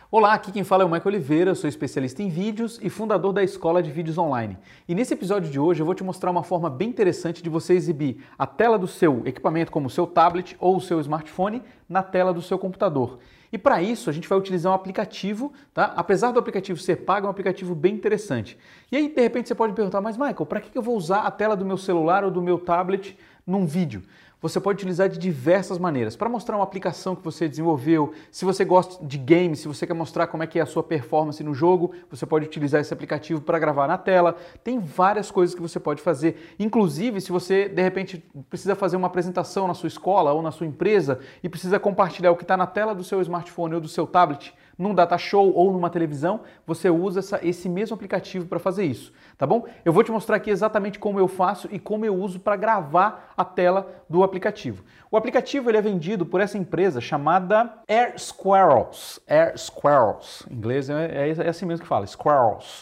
Olá, aqui quem fala é o Michael Oliveira, eu sou especialista em vídeos e fundador da Escola de Vídeos Online. E nesse episódio de hoje eu vou te mostrar uma forma bem interessante de você exibir a tela do seu equipamento, como o seu tablet ou o seu smartphone, na tela do seu computador. E para isso a gente vai utilizar um aplicativo, tá? Apesar do aplicativo ser pago, é um aplicativo bem interessante. E aí, de repente, você pode me perguntar, mas Michael, para que eu vou usar a tela do meu celular ou do meu tablet num vídeo? Você pode utilizar de diversas maneiras. Para mostrar uma aplicação que você desenvolveu, se você gosta de games, se você quer mostrar como é que é a sua performance no jogo, você pode utilizar esse aplicativo para gravar na tela. Tem várias coisas que você pode fazer. Inclusive, se você, de repente, precisa fazer uma apresentação na sua escola ou na sua empresa e precisa compartilhar o que está na tela do seu smartphone ou do seu tablet, num data show ou numa televisão, você usa esse mesmo aplicativo para fazer isso, tá bom? Eu vou te mostrar aqui exatamente como eu faço e como eu uso para gravar a tela do aplicativo. O aplicativo ele é vendido por essa empresa chamada AirSquirrels. AirSquirrels, em inglês é assim mesmo que fala, Squirrels.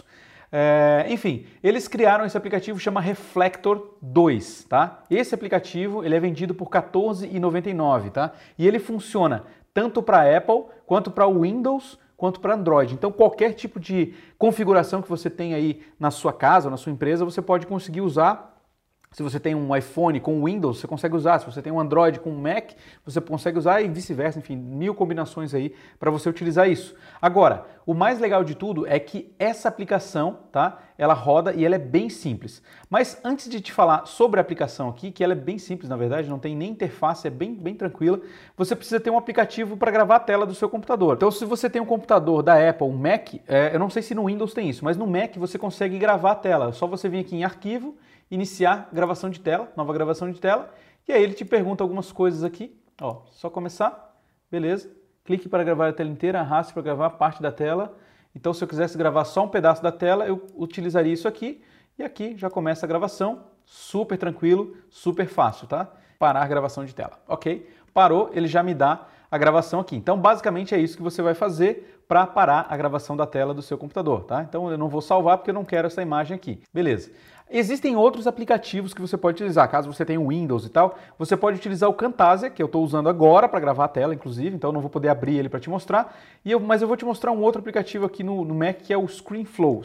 Enfim, eles criaram esse aplicativo, chama Reflector 2, tá? Esse aplicativo ele é vendido por R$14,99, tá? E ele funciona tanto para Apple, quanto para Windows, quanto para Android. Então, qualquer tipo de configuração que você tem aí na sua casa ou na sua empresa, você pode conseguir usar. Se você tem um iPhone com Windows, você consegue usar. Se você tem um Android com Mac, você consegue usar e vice-versa. Enfim, 1000 combinações aí para você utilizar isso. Agora, o mais legal de tudo é que essa aplicação, tá? Ela roda e ela é bem simples. Mas antes de te falar sobre a aplicação aqui, que ela é bem simples, na verdade, não tem nem interface, é bem tranquila, você precisa ter um aplicativo para gravar a tela do seu computador. Então, se você tem um computador da Apple, um Mac, eu não sei se no Windows tem isso, mas no Mac você consegue gravar a tela. É só você vir aqui em Arquivo, iniciar gravação de tela, nova gravação de tela, e aí ele te pergunta algumas coisas aqui, ó, só começar, beleza, clique para gravar a tela inteira, arraste para gravar parte da tela. Então se eu quisesse gravar só um pedaço da tela, eu utilizaria isso aqui, e aqui já começa a gravação, super tranquilo, super fácil, tá? Parar a gravação de tela, ok? Parou, ele já me dá a gravação aqui. Então basicamente é isso que você vai fazer para parar a gravação da tela do seu computador, tá? Então eu não vou salvar porque eu não quero essa imagem aqui, beleza? Existem outros aplicativos que você pode utilizar, caso você tenha um Windows e tal, você pode utilizar o Camtasia, que eu estou usando agora para gravar a tela, inclusive, então eu não vou poder abrir ele para te mostrar, mas eu vou te mostrar um outro aplicativo aqui no Mac, que é o ScreenFlow.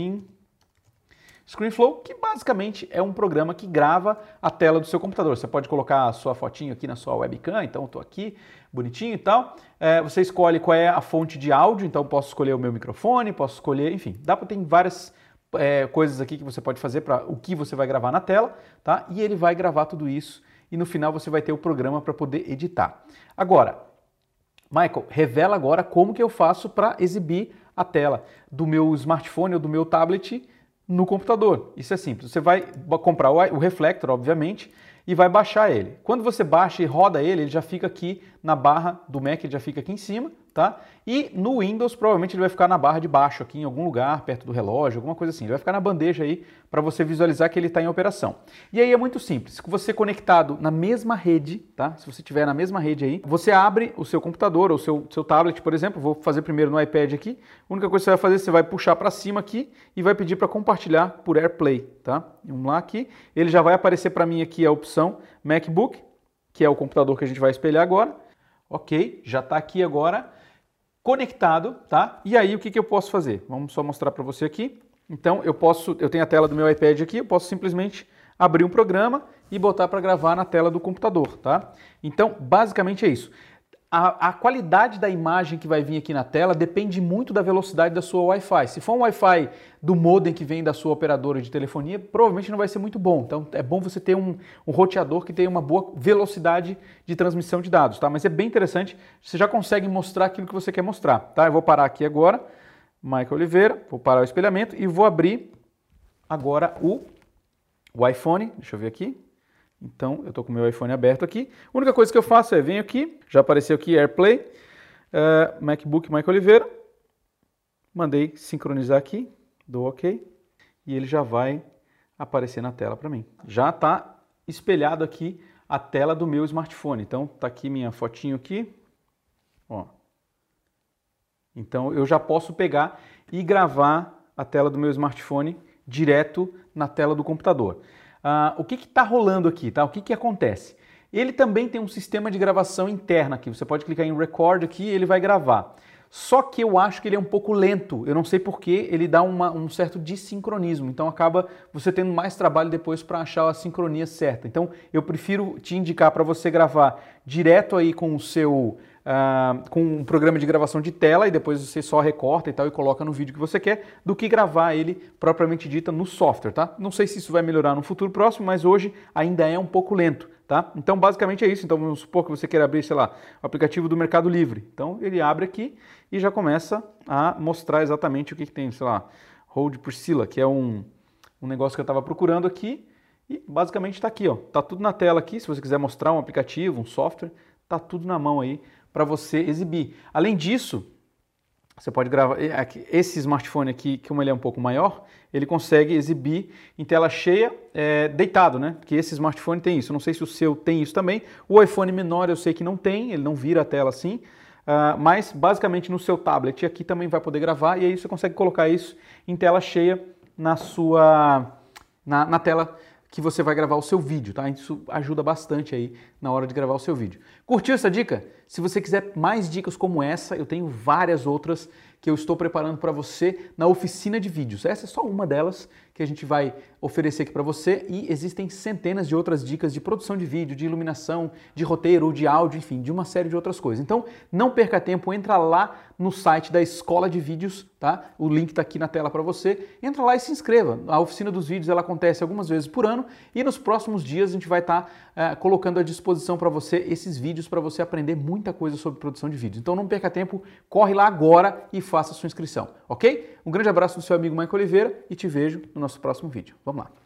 ScreenFlow, que basicamente é um programa que grava a tela do seu computador. Você pode colocar a sua fotinho aqui na sua webcam, então eu estou aqui, bonitinho e tal. Você escolhe qual é a fonte de áudio, então posso escolher o meu microfone, posso escolher, enfim, tem várias coisas aqui que você pode fazer para o que você vai gravar na tela, tá? E ele vai gravar tudo isso e no final você vai ter o programa para poder editar. Agora, Michael, revela agora como que eu faço para exibir a tela do meu smartphone ou do meu tablet no computador. Isso é simples. Você vai comprar o Reflector, obviamente, e vai baixar ele. Quando você baixa e roda ele já fica aqui na barra do Mac, ele já fica aqui em cima, tá? E no Windows, provavelmente ele vai ficar na barra de baixo, aqui em algum lugar, perto do relógio, alguma coisa assim. Ele vai ficar na bandeja aí para você visualizar que ele está em operação. E aí é muito simples. Se você conectado na mesma rede, tá? Se você estiver na mesma rede aí, você abre o seu computador ou o seu tablet, por exemplo. Vou fazer primeiro no iPad aqui. A única coisa que você vai fazer, você vai puxar para cima aqui e vai pedir para compartilhar por AirPlay, tá? Vamos lá aqui. Ele já vai aparecer para mim aqui a opção MacBook, que é o computador que a gente vai espelhar agora. Ok, já está aqui agora conectado, tá? E aí o que eu posso fazer? Vamos só mostrar para você aqui. Então eu tenho a tela do meu iPad aqui, eu posso simplesmente abrir um programa e botar para gravar na tela do computador, tá? Então basicamente é isso. A qualidade da imagem que vai vir aqui na tela depende muito da velocidade da sua Wi-Fi. Se for um Wi-Fi do modem que vem da sua operadora de telefonia, provavelmente não vai ser muito bom. Então é bom você ter um roteador que tenha uma boa velocidade de transmissão de dados, tá? Mas é bem interessante, você já consegue mostrar aquilo que você quer mostrar, tá? Eu vou parar aqui agora, Michael Oliveira, vou parar o espelhamento e vou abrir agora o iPhone, deixa eu ver aqui. Então, eu estou com o meu iPhone aberto aqui. A única coisa que eu faço é venho aqui, já apareceu aqui AirPlay, MacBook Michael Oliveira, mandei sincronizar aqui, dou OK, e ele já vai aparecer na tela para mim. Já está espelhado aqui a tela do meu smartphone. Então, está aqui minha fotinho aqui, ó. Então, eu já posso pegar e gravar a tela do meu smartphone direto na tela do computador. O que está rolando aqui, tá? O que acontece? Ele também tem um sistema de gravação interna aqui. Você pode clicar em Record aqui e ele vai gravar. só que eu acho que ele é um pouco lento, eu não sei porquê, ele dá um certo desincronismo, então acaba você tendo mais trabalho depois para achar a sincronia certa. Então eu prefiro te indicar para você gravar direto aí com o seu... com um programa de gravação de tela e depois você só recorta e tal e coloca no vídeo que você quer, do que gravar ele propriamente dita no software, tá? Não sei se isso vai melhorar no futuro próximo, mas hoje ainda é um pouco lento, tá? Então basicamente é isso. Então vamos supor que você queira abrir, sei lá, o aplicativo do Mercado Livre. Então ele abre aqui e já começa a mostrar exatamente o que tem, sei lá, Hold Priscilla, que é um negócio que eu estava procurando aqui e basicamente está aqui, ó. Tá tudo na tela aqui, se você quiser mostrar um aplicativo, um software, tá tudo na mão aí para você exibir. Além disso, você pode gravar, esse smartphone aqui, como ele é um pouco maior, ele consegue exibir em tela cheia deitado, né? Porque esse smartphone tem isso, eu não sei se o seu tem isso também. O iPhone menor eu sei que não tem, ele não vira a tela assim, mas basicamente no seu tablet aqui também vai poder gravar e aí você consegue colocar isso em tela cheia na tela que você vai gravar o seu vídeo, tá? Isso ajuda bastante aí na hora de gravar o seu vídeo. Curtiu essa dica? Se você quiser mais dicas como essa, eu tenho várias outras que eu estou preparando para você na oficina de vídeos. Essa é só uma delas que a gente vai oferecer aqui para você e existem centenas de outras dicas de produção de vídeo, de iluminação, de roteiro, de áudio, enfim, de uma série de outras coisas. Então, não perca tempo, entra lá no site da Escola de Vídeos, tá? O link está aqui na tela para você. Entra lá e se inscreva. A oficina dos vídeos ela acontece algumas vezes por ano e nos próximos dias a gente vai estar colocando à disposição para você esses vídeos para você aprender muita coisa sobre produção de vídeos. Então não perca tempo, corre lá agora e faça a sua inscrição, ok? Um grande abraço do seu amigo Michael Oliveira e te vejo no nosso próximo vídeo. Vamos lá!